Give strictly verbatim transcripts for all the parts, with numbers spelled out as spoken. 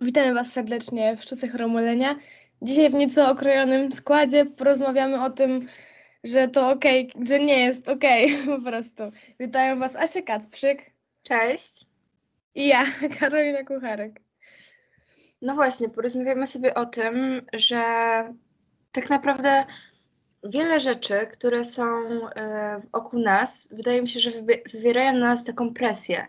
Witamy Was serdecznie w Sztuce Chromolenia. Dzisiaj w nieco okrojonym składzie porozmawiamy o tym, że to okej, że nie jest okej po prostu. Witają Was Asia Kacprzyk Cześć. i ja, Karolina Kucharek. No właśnie, porozmawiamy sobie o tym, że tak naprawdę wiele rzeczy, które są e, wokół nas, wydaje mi się, że wybi- wywierają na nas taką presję.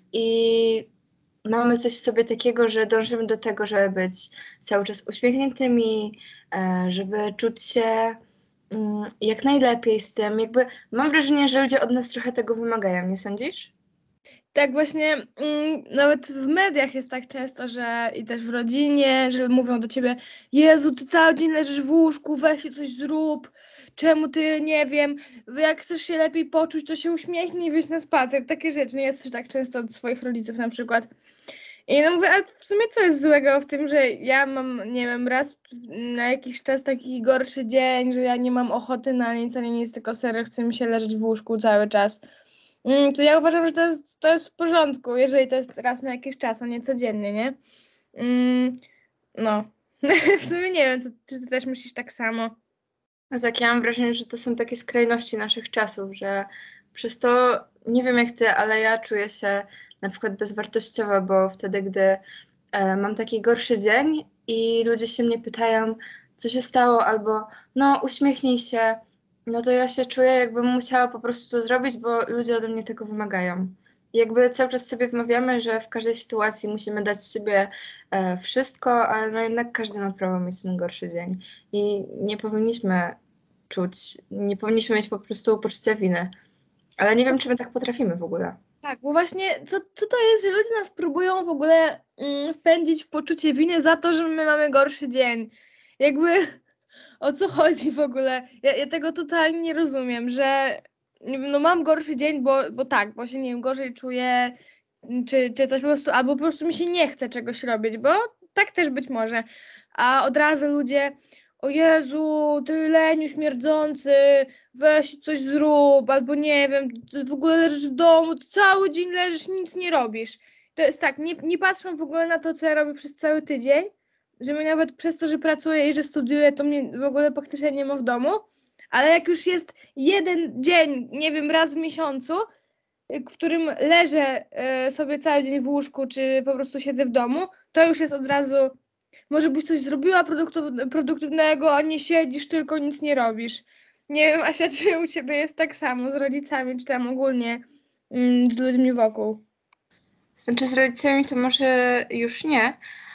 I mamy coś w sobie takiego, że dążymy do tego, żeby być cały czas uśmiechniętymi, e, żeby czuć się mm, jak najlepiej z tym. Jakby mam wrażenie, że ludzie od nas trochę tego wymagają, nie sądzisz? Tak właśnie, mm, nawet w mediach jest tak często, że i też w rodzinie, że mówią do ciebie: Jezu, ty cały dzień leżysz w łóżku, weź się coś zrób, czemu ty, nie wiem, jak chcesz się lepiej poczuć, to się uśmiechnij i wyjść na spacer. Takie rzeczy, nie jest tak często od swoich rodziców na przykład. I no mówię, a w sumie co jest złego w tym, że ja mam, nie wiem, raz na jakiś czas taki gorszy dzień, że ja nie mam ochoty na nic, ani nic, tylko serio chce mi się leżeć w łóżku cały czas. Mm, To ja uważam, że to jest, to jest w porządku, jeżeli to jest raz na jakiś czas, a nie codziennie, nie? Mm, no. W sumie nie wiem, co, czy ty też myślisz tak samo. No tak, ja mam wrażenie, że to są takie skrajności naszych czasów, że przez to, nie wiem jak ty, ale ja czuję się na przykład bezwartościowa, bo wtedy, gdy e, mam taki gorszy dzień i ludzie się mnie pytają, co się stało, albo no uśmiechnij się, no to ja się czuję, jakbym musiała po prostu to zrobić, bo ludzie ode mnie tego wymagają. I jakby cały czas sobie wmawiamy, że w każdej sytuacji musimy dać z siebie e, wszystko, ale no jednak każdy ma prawo mieć ten gorszy dzień. I nie powinniśmy czuć, nie powinniśmy mieć po prostu poczucia winy. Ale nie wiem, czy my tak potrafimy w ogóle. Tak, bo właśnie co, co to jest, że ludzie nas próbują w ogóle mm, wpędzić w poczucie winy za to, że my mamy gorszy dzień. Jakby o co chodzi w ogóle? Ja, ja tego totalnie nie rozumiem, że nie wiem, no mam gorszy dzień, bo, bo tak, bo się nie wiem, gorzej czuję, czy, czy coś po prostu, albo po prostu mi się nie chce czegoś robić, bo tak też być może. A od razu ludzie: o Jezu, ty leniu śmierdzący, weź coś zrób, albo nie wiem, ty w ogóle leżysz w domu, ty cały dzień leżysz, nic nie robisz. To jest tak, nie, nie patrzą w ogóle na to, co ja robię przez cały tydzień, że mnie nawet przez to, że pracuję i że studiuję, to mnie w ogóle praktycznie nie ma w domu, ale jak już jest jeden dzień, nie wiem, raz w miesiącu, w którym leżę e, sobie cały dzień w łóżku, czy po prostu siedzę w domu, to już jest od razu: może byś coś zrobiła produktyw- produktywnego, a nie siedzisz, tylko nic nie robisz. Nie wiem, Asia, czy u ciebie jest tak samo z rodzicami, czy tam ogólnie mm, z ludźmi wokół? Znaczy z rodzicami to może już nie,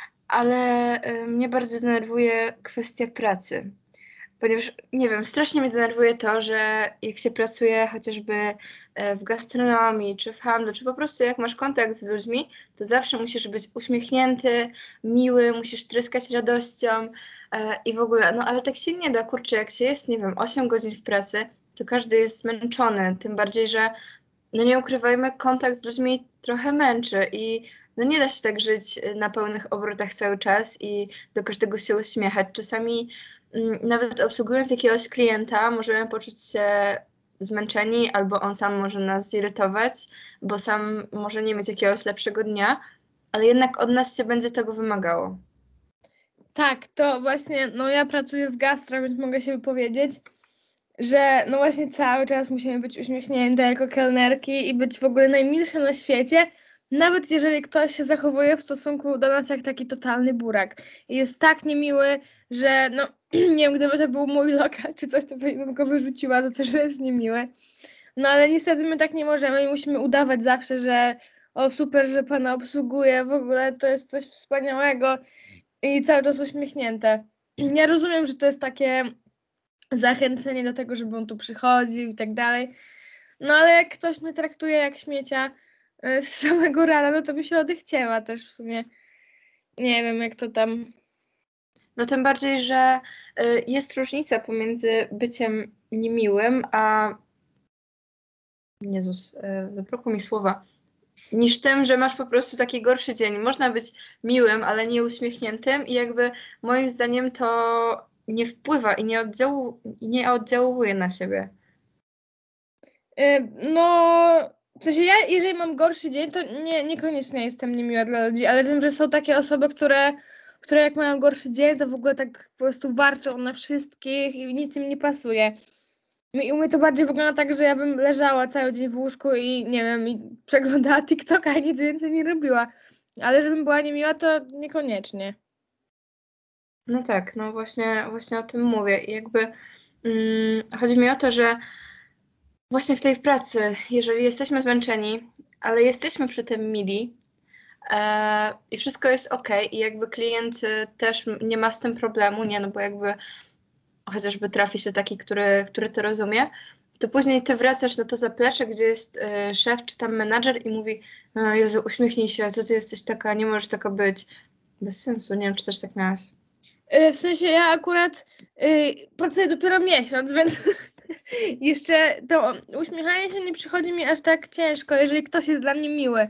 ale y, mnie bardzo denerwuje kwestia pracy. Ponieważ, nie wiem, strasznie mnie denerwuje to, że jak się pracuje chociażby e, w gastronomii, czy w handlu, czy po prostu jak masz kontakt z ludźmi, to zawsze musisz być uśmiechnięty, miły, musisz tryskać radością e, i w ogóle, no ale tak się nie da, kurczę, jak się jest, nie wiem, osiem godzin w pracy, to każdy jest zmęczony, tym bardziej, że no nie ukrywajmy, kontakt z ludźmi trochę męczy i no nie da się tak żyć na pełnych obrotach cały czas i do każdego się uśmiechać. Czasami mm, nawet obsługując jakiegoś klienta możemy poczuć się zmęczeni albo on sam może nas zirytować, bo sam może nie mieć jakiegoś lepszego dnia, ale jednak od nas się będzie tego wymagało. Tak, to właśnie, no ja pracuję w gastro, więc mogę się wypowiedzieć, że no właśnie cały czas musimy być uśmiechnięte jako kelnerki i być w ogóle najmilsze na świecie, nawet jeżeli ktoś się zachowuje w stosunku do nas jak taki totalny burak. I jest tak niemiły, że no nie wiem, gdyby to był mój lokal czy coś, to bym go wyrzuciła za to, że jest niemiły. No ale niestety my tak nie możemy i musimy udawać zawsze, że o super, że pana obsługuje, w ogóle to jest coś wspaniałego i cały czas uśmiechnięte. Ja rozumiem, że to jest takie zachęcenie do tego, żeby on tu przychodził i tak dalej. No ale jak ktoś mnie traktuje jak śmiecia y, z samego rana, no to by się odechciała też w sumie. Nie wiem, jak to tam. No tym bardziej, że y, jest różnica pomiędzy byciem niemiłym, a Jezus, y, zabrakło mi słowa. Niż tym, że masz po prostu taki gorszy dzień. Można być miłym, ale nie uśmiechniętym i jakby moim zdaniem to nie wpływa i nie, oddziału, i nie oddziałuje na siebie. Y, No, W sensie ja, jeżeli mam gorszy dzień, to nie, niekoniecznie jestem niemiła dla ludzi, ale wiem, że są takie osoby, które, które jak mają gorszy dzień, to w ogóle tak po prostu warczą na wszystkich i nic im nie pasuje. I u mnie to bardziej wygląda tak, że ja bym leżała cały dzień w łóżku i nie wiem, i przeglądała TikToka i nic więcej nie robiła. Ale żebym była niemiła, to niekoniecznie. No tak, no właśnie, właśnie o tym mówię. I jakby mm, chodzi mi o to, że właśnie w tej pracy, jeżeli jesteśmy zmęczeni, ale jesteśmy przy tym mili e, i wszystko jest ok, i jakby klient y, też m- nie ma z tym problemu, nie, no bo jakby chociażby trafi się taki, który, który to rozumie, to później ty wracasz na to zaplecze, gdzie jest y, szef czy tam menadżer i mówi: "O Jezu, uśmiechnij się, co ty jesteś taka, nie możesz taka być." Bez sensu, nie wiem, czy też tak miałaś. Y, W sensie ja akurat y, pracuję dopiero miesiąc, więc jeszcze to uśmiechanie się nie przychodzi mi aż tak ciężko, jeżeli ktoś jest dla mnie miły.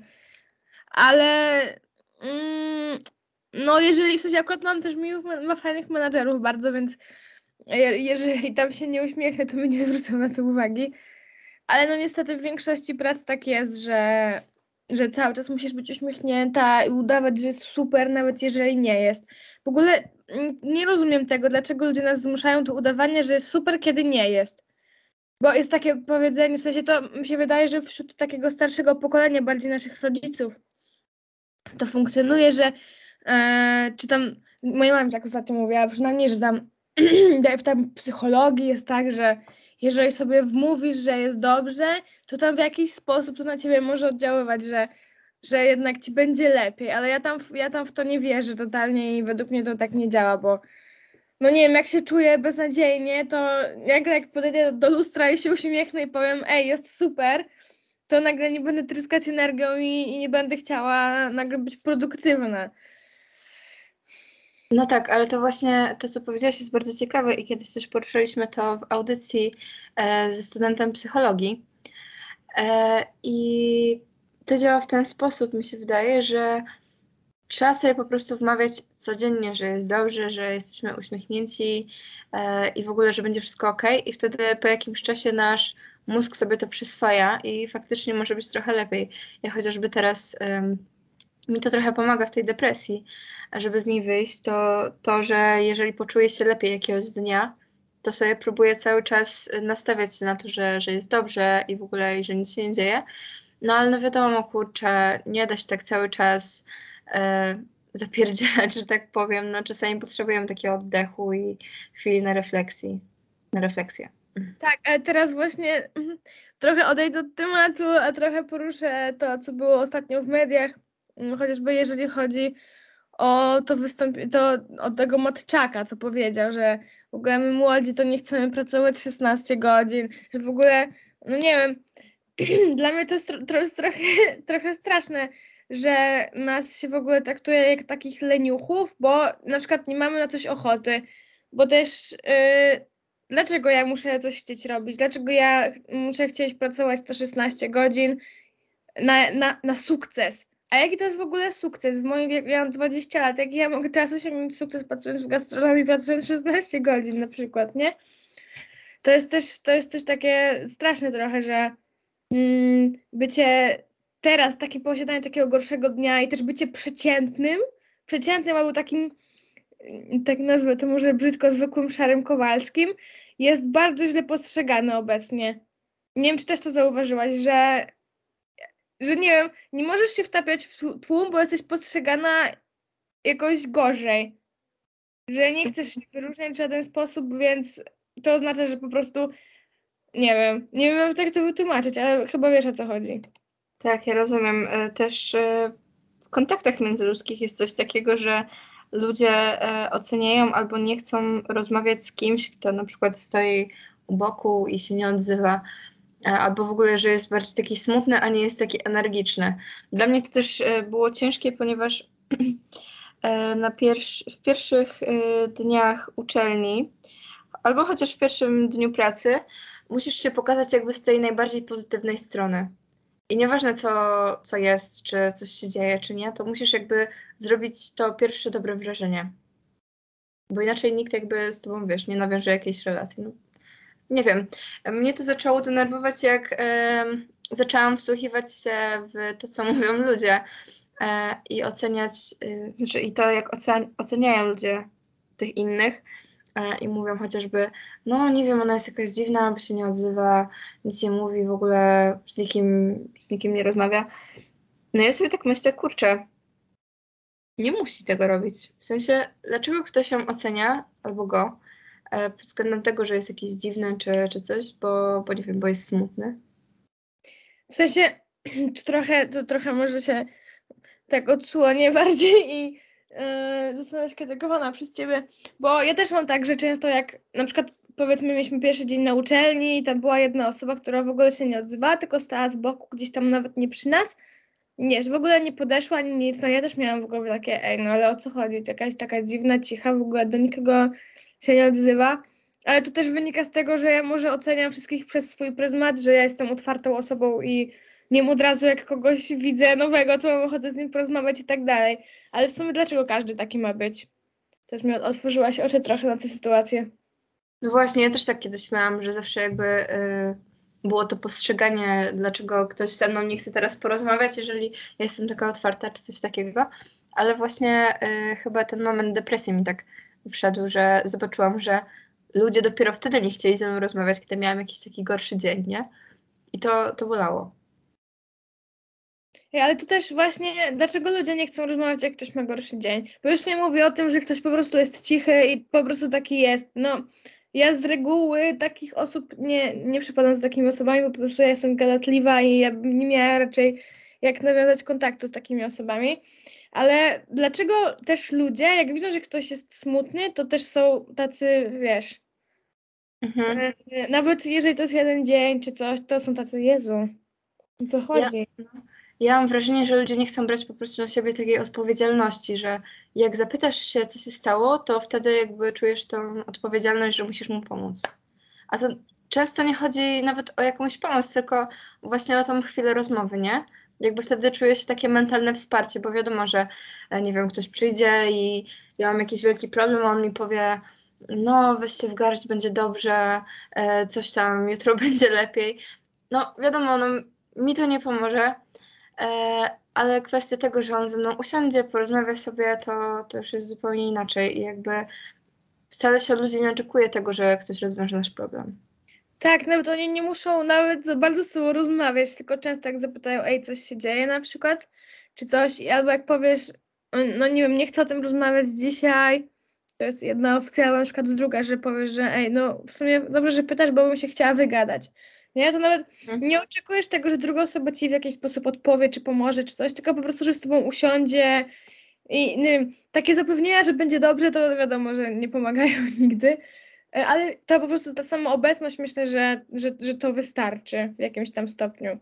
Ale mm, no jeżeli w sensie akurat mam też miłych, ma fajnych menadżerów bardzo, więc je- jeżeli tam się nie uśmiechnę, to my nie zwrócę na to uwagi. Ale no niestety w większości prac tak jest, że, że cały czas musisz być uśmiechnięta i udawać, że jest super, nawet jeżeli nie jest. W ogóle mm, nie rozumiem tego, dlaczego ludzie nas zmuszają do udawania, że jest super, kiedy nie jest. Bo jest takie powiedzenie, w sensie to mi się wydaje, że wśród takiego starszego pokolenia, bardziej naszych rodziców, to funkcjonuje, że e, czy tam, moja mama tak ostatnio mówiła, przynajmniej, że tam w tam psychologii jest tak, że jeżeli sobie wmówisz, że jest dobrze, to tam w jakiś sposób to na ciebie może oddziaływać, że, że jednak ci będzie lepiej, ale ja tam, w- ja tam w to nie wierzę totalnie i według mnie to tak nie działa, bo no nie wiem, jak się czuję beznadziejnie, to jak, jak podejdę do lustra i się uśmiechnę i powiem, ej, jest super, to nagle nie będę tryskać energią i, i nie będę chciała nagle być produktywna. No tak, ale to właśnie to, co powiedziałaś, jest bardzo ciekawe i kiedyś też poruszyliśmy to w audycji e, ze studentem psychologii. E, I to działa w ten sposób, mi się wydaje, że trzeba sobie po prostu wmawiać codziennie, że jest dobrze, że jesteśmy uśmiechnięci e, i w ogóle, że będzie wszystko ok, i wtedy po jakimś czasie nasz mózg sobie to przyswaja i faktycznie może być trochę lepiej. Ja chociażby teraz em, mi to trochę pomaga w tej depresji, a żeby z niej wyjść, to to, że jeżeli poczuję się lepiej jakiegoś dnia, to sobie próbuję cały czas nastawiać się na to, że, że jest dobrze i w ogóle, i że nic się nie dzieje. No ale no wiadomo, kurczę, nie da się tak cały czas e, zapierdzielać, że tak powiem. No czasami potrzebujemy takiego oddechu i chwili na refleksji, na refleksję. Tak, ale teraz właśnie mhm, trochę odejdę od tematu, a trochę poruszę to, co było ostatnio w mediach, mm, chociażby jeżeli chodzi o to wystąpienie, to od tego Matczaka, co powiedział, że w ogóle my młodzi to nie chcemy pracować szesnaście godzin, że w ogóle, no nie wiem, dla mnie to jest, tro, to jest trochę, trochę straszne, że nas się w ogóle traktuje jak takich leniuchów, bo na przykład nie mamy na coś ochoty, bo też yy, dlaczego ja muszę coś chcieć robić? Dlaczego ja muszę chcieć pracować sto szesnaście godzin na, na, na sukces? A jaki to jest w ogóle sukces? W moim wieku, ja mam dwadzieścia lat, jaki ja mogę teraz osiągnąć sukces pracując w gastronomii, pracując szesnaście godzin na przykład, nie? To jest też, to jest też takie straszne trochę, że mm, bycie teraz, takie posiadanie takiego gorszego dnia i też bycie przeciętnym, przeciętnym albo takim, mm, tak nazwę to może brzydko, zwykłym szarym Kowalskim, jest bardzo źle postrzegane obecnie. Nie wiem, czy też to zauważyłaś, że, że nie wiem, nie możesz się wtapiać w tłu- tłum, bo jesteś postrzegana jakoś gorzej. Że nie chcesz się wyróżniać w żaden sposób, więc to oznacza, że po prostu, nie wiem, nie wiem jak to wytłumaczyć, ale chyba wiesz o co chodzi. Tak, ja rozumiem. E, Też e, w kontaktach międzyludzkich jest coś takiego, że ludzie e, oceniają albo nie chcą rozmawiać z kimś, kto na przykład stoi u boku i się nie odzywa, e, albo w ogóle, że jest bardziej taki smutny, a nie jest taki energiczny. Dla mnie to też e, było ciężkie, ponieważ e, na pierwsz, w pierwszych e, dniach uczelni, albo chociaż w pierwszym dniu pracy, musisz się pokazać jakby z tej najbardziej pozytywnej strony. I nieważne co, co jest, czy coś się dzieje, czy nie, to musisz jakby zrobić to pierwsze dobre wrażenie. Bo inaczej nikt jakby z tobą, wiesz, nie nawiąże jakiejś relacji. No, nie wiem, mnie to zaczęło denerwować, jak em, zaczęłam wsłuchiwać się w to, co mówią ludzie e, i oceniać, y, znaczy i to, jak ocen oceniają ludzie tych innych e, i mówią chociażby, no nie wiem, ona jest jakaś dziwna, bo się nie odzywa, nic nie mówi, w ogóle z nikim, z nikim nie rozmawia. No ja sobie tak myślę, kurczę, nie musi tego robić. W sensie, dlaczego ktoś ją ocenia, albo go, e, pod względem tego, że jest jakiś dziwny czy, czy coś, bo, bo nie wiem, bo jest smutny. W sensie, to trochę, to trochę może się tak odsłonię bardziej i yy, zostanę skrytykowana przez ciebie, bo ja też mam tak, że często jak na przykład powiedzmy mieliśmy pierwszy dzień na uczelni i tam była jedna osoba, która w ogóle się nie odzywała, tylko stała z boku, gdzieś tam nawet nie przy nas, nie, że w ogóle nie podeszła ani nic, no ja też miałam w głowie takie, ej, no ale o co chodzi, jakaś taka dziwna, cicha, w ogóle do nikogo się nie odzywa, ale to też wynika z tego, że ja może oceniam wszystkich przez swój pryzmat, że ja jestem otwartą osobą i nie od razu jak kogoś widzę nowego, to mam ochotę z nim porozmawiać i tak dalej, ale w sumie dlaczego każdy taki ma być? Też mi otworzyłaś oczy trochę na tę sytuację. No właśnie, ja też tak kiedyś miałam, że zawsze jakby y, było to postrzeganie, dlaczego ktoś ze mną nie chce teraz porozmawiać, jeżeli ja jestem taka otwarta, czy coś takiego. Ale właśnie y, chyba ten moment depresji mi tak wszedł, że zobaczyłam, że ludzie dopiero wtedy nie chcieli ze mną rozmawiać, kiedy miałam jakiś taki gorszy dzień, nie? I to, to bolało. Ej, ale to też właśnie, dlaczego ludzie nie chcą rozmawiać, jak ktoś ma gorszy dzień? Bo już nie mówię o tym, że ktoś po prostu jest cichy i po prostu taki jest. No, ja z reguły takich osób nie, nie przypadam z takimi osobami, bo po prostu ja jestem gadatliwa i ja bym nie miała raczej jak nawiązać kontaktu z takimi osobami. Ale dlaczego też ludzie, jak widzą, że ktoś jest smutny, to też są tacy, wiesz, Mhm. e, nawet jeżeli to jest jeden dzień czy coś, to są tacy, Jezu, o co Ja, chodzi? ja mam wrażenie, że ludzie nie chcą brać po prostu na siebie takiej odpowiedzialności, że jak zapytasz się, co się stało, to wtedy jakby czujesz tą odpowiedzialność, że musisz mu pomóc. A to często nie chodzi nawet o jakąś pomoc, tylko właśnie o tą chwilę rozmowy, nie? Jakby wtedy czuję się takie mentalne wsparcie, bo wiadomo, że e, nie wiem, ktoś przyjdzie i ja mam jakiś wielki problem, a on mi powie, no weź się w garść, będzie dobrze, e, coś tam, jutro będzie lepiej. No wiadomo, no, mi to nie pomoże, e, ale kwestia tego, że on ze mną usiądzie, porozmawia sobie, to, to już jest zupełnie inaczej i jakby wcale się od ludzi nie oczekuje tego, że ktoś rozwiąże nasz problem. Tak, nawet oni nie muszą nawet za bardzo z tobą rozmawiać, tylko często jak zapytają, ej, coś się dzieje na przykład, czy coś, i albo jak powiesz, "O, no nie wiem, nie chcę o tym rozmawiać dzisiaj", to jest jedna opcja, albo na przykład druga, że powiesz, że ej, no w sumie dobrze, że pytasz, bo bym się chciała wygadać. Nie, to nawet Mhm. nie oczekujesz tego, że druga osoba ci w jakiś sposób odpowie, czy pomoże, czy coś, tylko po prostu, że z tobą usiądzie i nie wiem, takie zapewnienia, że będzie dobrze, to wiadomo, że nie pomagają nigdy. E, Ale to po prostu ta sama obecność, myślę, że, że, że to wystarczy w jakimś tam stopniu.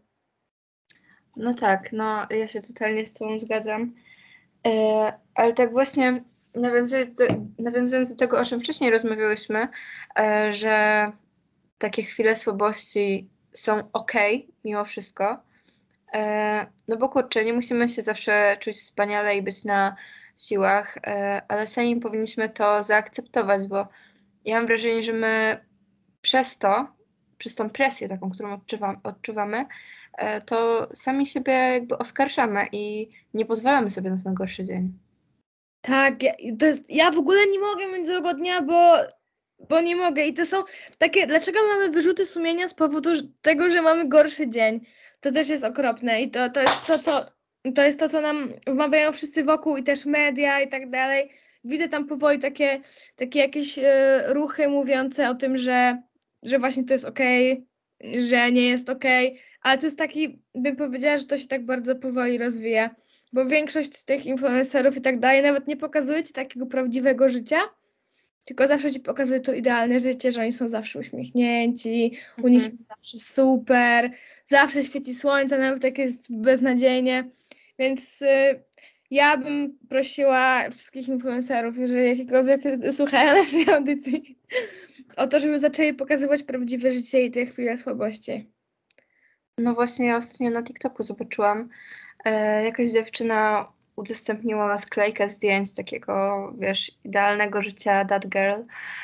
No tak, no ja się totalnie z Tobą zgadzam. E, ale tak właśnie nawiązując do, nawiązując do tego, o czym wcześniej rozmawiałyśmy, e, że takie chwile słabości są okej mimo wszystko. E, no bo kurczę, nie musimy się zawsze czuć wspaniale i być na siłach, e, ale sami powinniśmy to zaakceptować, bo ja mam wrażenie, że my przez to, przez tą presję taką, którą odczuwam, odczuwamy, e, to sami siebie jakby oskarżamy i nie pozwalamy sobie na ten gorszy dzień. Tak, ja, i to jest, ja w ogóle nie mogę mieć złego dnia, bo, bo nie mogę. I to są takie, dlaczego mamy wyrzuty sumienia z powodu że- tego, że mamy gorszy dzień? To też jest okropne i to, to jest to, co, to jest to, co nam wmawiają wszyscy wokół i też media i tak dalej. Widzę tam powoli takie, takie jakieś e, ruchy mówiące o tym, że, że właśnie to jest okej, że nie jest okej, ale to jest taki, bym powiedziała, że to się tak bardzo powoli rozwija. Bo większość z tych influencerów i tak dalej nawet nie pokazuje ci takiego prawdziwego życia, tylko zawsze ci pokazuje to idealne życie, że oni są zawsze uśmiechnięci, u nich Mhm. jest zawsze super, zawsze świeci słońce, nawet jak jest beznadziejnie. Więc y, ja bym prosiła wszystkich influencerów, jeżeli jakiekolwiek słuchają naszej audycji, o to, żeby zaczęli pokazywać prawdziwe życie i te chwile słabości. No właśnie, ja ostatnio na TikToku zobaczyłam, e, jakaś dziewczyna udostępniła sklejkę zdjęć takiego, wiesz, idealnego życia that girl.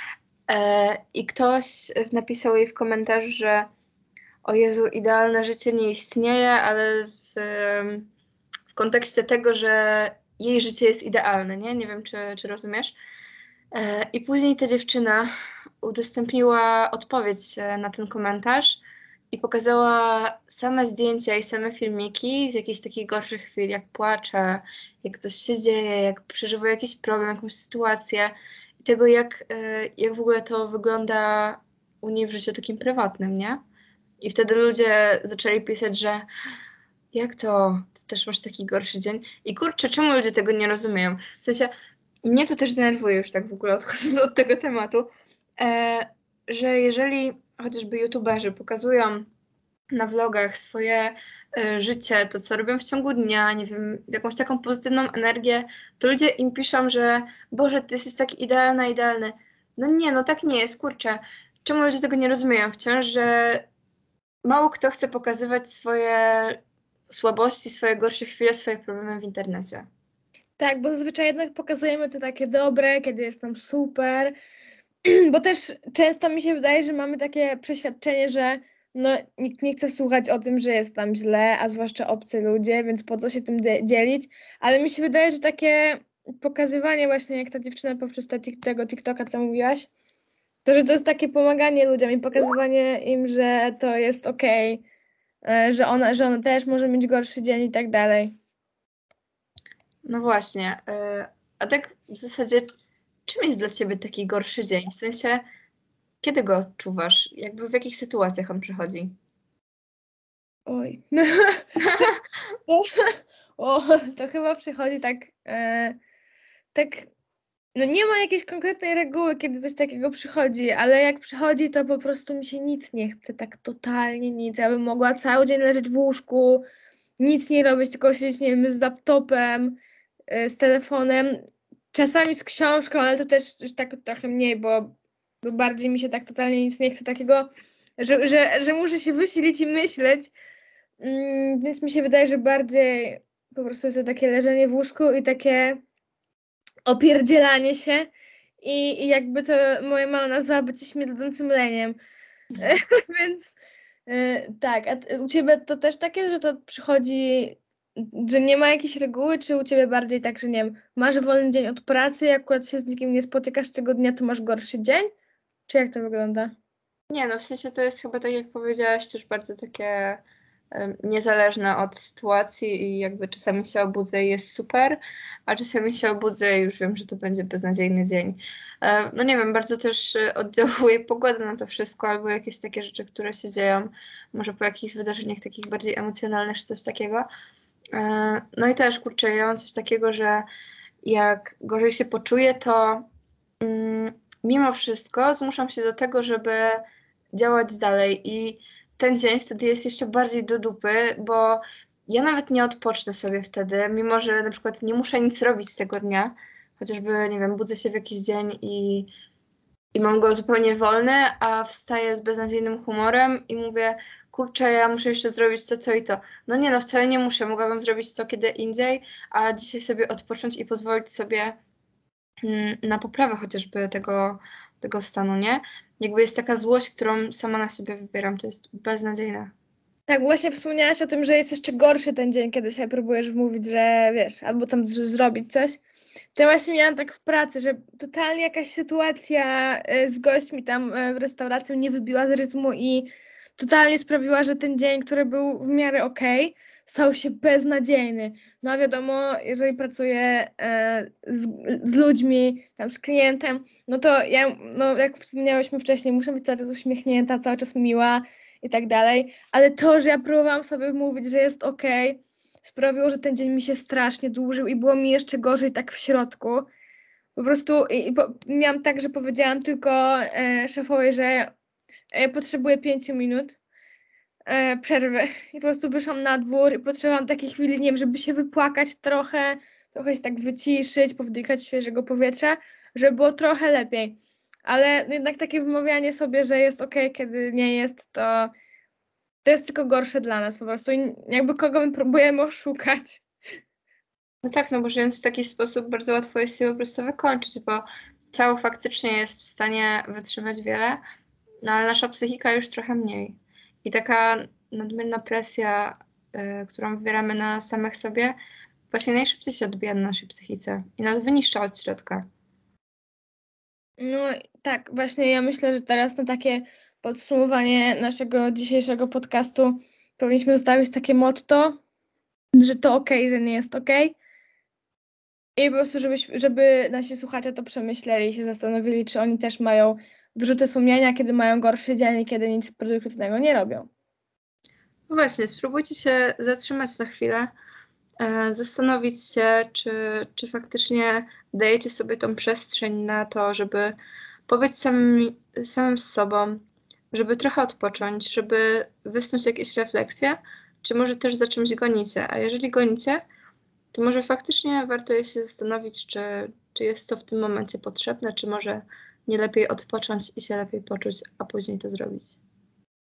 E, I ktoś napisał jej w komentarzu, że o Jezu, idealne życie nie istnieje, ale w, w kontekście tego, że jej życie jest idealne, nie? Nie wiem, czy, czy rozumiesz. E, I później ta dziewczyna udostępniła odpowiedź e, na ten komentarz i pokazała same zdjęcia i same filmiki z jakichś takich gorszych chwil, jak płacze, jak coś się dzieje, jak przeżywa jakiś problem, jakąś sytuację i tego, jak, e, jak w ogóle to wygląda u niej w życiu takim prywatnym, nie? I wtedy ludzie zaczęli pisać, że jak to? Ty też masz taki gorszy dzień? I kurczę, czemu ludzie tego nie rozumieją? W sensie, mnie to też denerwuje już tak w ogóle odchodząc od tego tematu, e, że jeżeli chociażby youtuberzy pokazują na vlogach swoje e, życie, to co robią w ciągu dnia, nie wiem, jakąś taką pozytywną energię, to ludzie im piszą, że Boże, ty jesteś taki idealna, idealny. No nie, no tak nie jest, kurczę. Czemu ludzie tego nie rozumieją wciąż, że mało kto chce pokazywać swoje słabości, swoje gorsze chwile, swoje problemy w internecie. Tak, bo zazwyczaj jednak pokazujemy to takie dobre, kiedy jest tam super, bo też często mi się wydaje, że mamy takie przeświadczenie, że no, nikt nie chce słuchać o tym, że jest tam źle, a zwłaszcza obcy ludzie, więc po co się tym de- dzielić, ale mi się wydaje, że takie pokazywanie właśnie, jak ta dziewczyna poprzez te tik- tego TikToka, co mówiłaś, to, że to jest takie pomaganie ludziom i pokazywanie im, że to jest okej, e, że ona, że ona też może mieć gorszy dzień i tak dalej. No właśnie. y, A tak w zasadzie, czym jest dla ciebie taki gorszy dzień? W sensie, kiedy go odczuwasz? Jakby w jakich sytuacjach on przychodzi? Oj. O, to chyba przychodzi tak, e, tak, no nie ma jakiejś konkretnej reguły, kiedy coś takiego przychodzi, ale jak przychodzi, to po prostu mi się nic nie chce, tak totalnie nic. Ja bym mogła cały dzień leżeć w łóżku, nic nie robić, tylko siedzieć, nie wiem, z laptopem, e, z telefonem, czasami z książką, ale to też już tak trochę mniej, bo, bo bardziej mi się tak totalnie nic nie chce takiego, że, że, że muszę się wysilić i myśleć. Mm, więc mi się wydaje, że bardziej po prostu jest to takie leżenie w łóżku i takie opierdzielanie się i, i jakby to moja mama nazwała bycie śmierdzącym leniem. Więc y, tak, a t- u ciebie to też takie, że to przychodzi, że nie ma jakiejś reguły, czy u ciebie bardziej tak, że nie wiem, masz wolny dzień od pracy, jak akurat się z nikim nie spotykasz tego dnia, to masz gorszy dzień? Czy jak to wygląda? Nie, no w sensie to jest chyba tak jak powiedziałaś, też bardzo takie em, niezależne od sytuacji i jakby czasami się obudzę i jest super, a czasami się obudzę i już wiem, że to będzie beznadziejny dzień. E, No nie wiem, bardzo też e, oddziałuje pogoda na to wszystko, albo jakieś takie rzeczy, które się dzieją, może po jakichś wydarzeniach takich bardziej emocjonalnych czy coś takiego. E, No i też, kurczę, ja mam coś takiego, że jak gorzej się poczuję, to mm, mimo wszystko zmuszam się do tego, żeby działać dalej i ten dzień wtedy jest jeszcze bardziej do dupy, bo ja nawet nie odpocznę sobie wtedy, mimo że na przykład nie muszę nic robić z tego dnia, chociażby, nie wiem, budzę się w jakiś dzień i, i mam go zupełnie wolny, a wstaję z beznadziejnym humorem i mówię, kurczę, ja muszę jeszcze zrobić to, to i to. No nie, no wcale nie muszę, mogłabym zrobić to kiedy indziej, a dzisiaj sobie odpocząć i pozwolić sobie mm, na poprawę chociażby tego, tego stanu, nie? Jakby jest taka złość, którą sama na siebie wybieram, to jest beznadziejne. Tak, właśnie wspomniałaś o tym, że jest jeszcze gorszy ten dzień, kiedy sobie próbujesz wmówić, że wiesz, albo tam z- zrobić coś. To ja właśnie miałam tak w pracy, że totalnie jakaś sytuacja y, z gośćmi tam y, w restauracji mnie wybiła z rytmu i totalnie sprawiła, że ten dzień, który był w miarę okej, stał się beznadziejny. No a wiadomo, jeżeli pracuję y, z, z ludźmi, tam z klientem, no to ja, no jak wspomniałyśmy wcześniej, muszę być cały czas uśmiechnięta, cały czas miła i tak dalej. Ale to, że ja próbowałam sobie wmówić, że jest okej, sprawiło, że ten dzień mi się strasznie dłużył i było mi jeszcze gorzej tak w środku. Po prostu i, i po, miałam tak, że powiedziałam tylko e, szefowej, że e, potrzebuję pięciu minut e, przerwy. I po prostu wyszłam na dwór i potrzebowałam takiej chwili, nie wiem, żeby się wypłakać trochę, trochę się tak wyciszyć, powdychać świeżego powietrza, żeby było trochę lepiej. Ale jednak takie wymawianie sobie, że jest okej, kiedy nie jest, to to jest tylko gorsze dla nas po prostu. I jakby kogo my próbujemy oszukać. No tak, no bo żyjąc w taki sposób bardzo łatwo jest się po prostu wykończyć, bo ciało faktycznie jest w stanie wytrzymać wiele, no ale nasza psychika już trochę mniej. I taka nadmierna presja, y, którą wywieramy na samych sobie, właśnie najszybciej się odbija na naszej psychice i nas wyniszcza od środka. No tak, właśnie ja myślę, że teraz na takie podsumowanie naszego dzisiejszego podcastu powinniśmy zostawić takie motto, że to okej, że nie jest okej. I po prostu, żebyś, żeby nasi słuchacze to przemyśleli i się zastanowili, czy oni też mają wyrzuty sumienia, kiedy mają gorszy dzień i kiedy nic produktywnego nie robią. No właśnie, spróbujcie się zatrzymać na chwilę, e, zastanowić się, czy, czy faktycznie dajecie sobie tą przestrzeń na to, żeby pobyć samym, samym z sobą, żeby trochę odpocząć, żeby wysnuć jakieś refleksje, czy może też za czymś gonicie. A jeżeli gonicie, to może faktycznie warto jest się zastanowić, czy, czy jest to w tym momencie potrzebne, czy może nie lepiej odpocząć i się lepiej poczuć, a później to zrobić.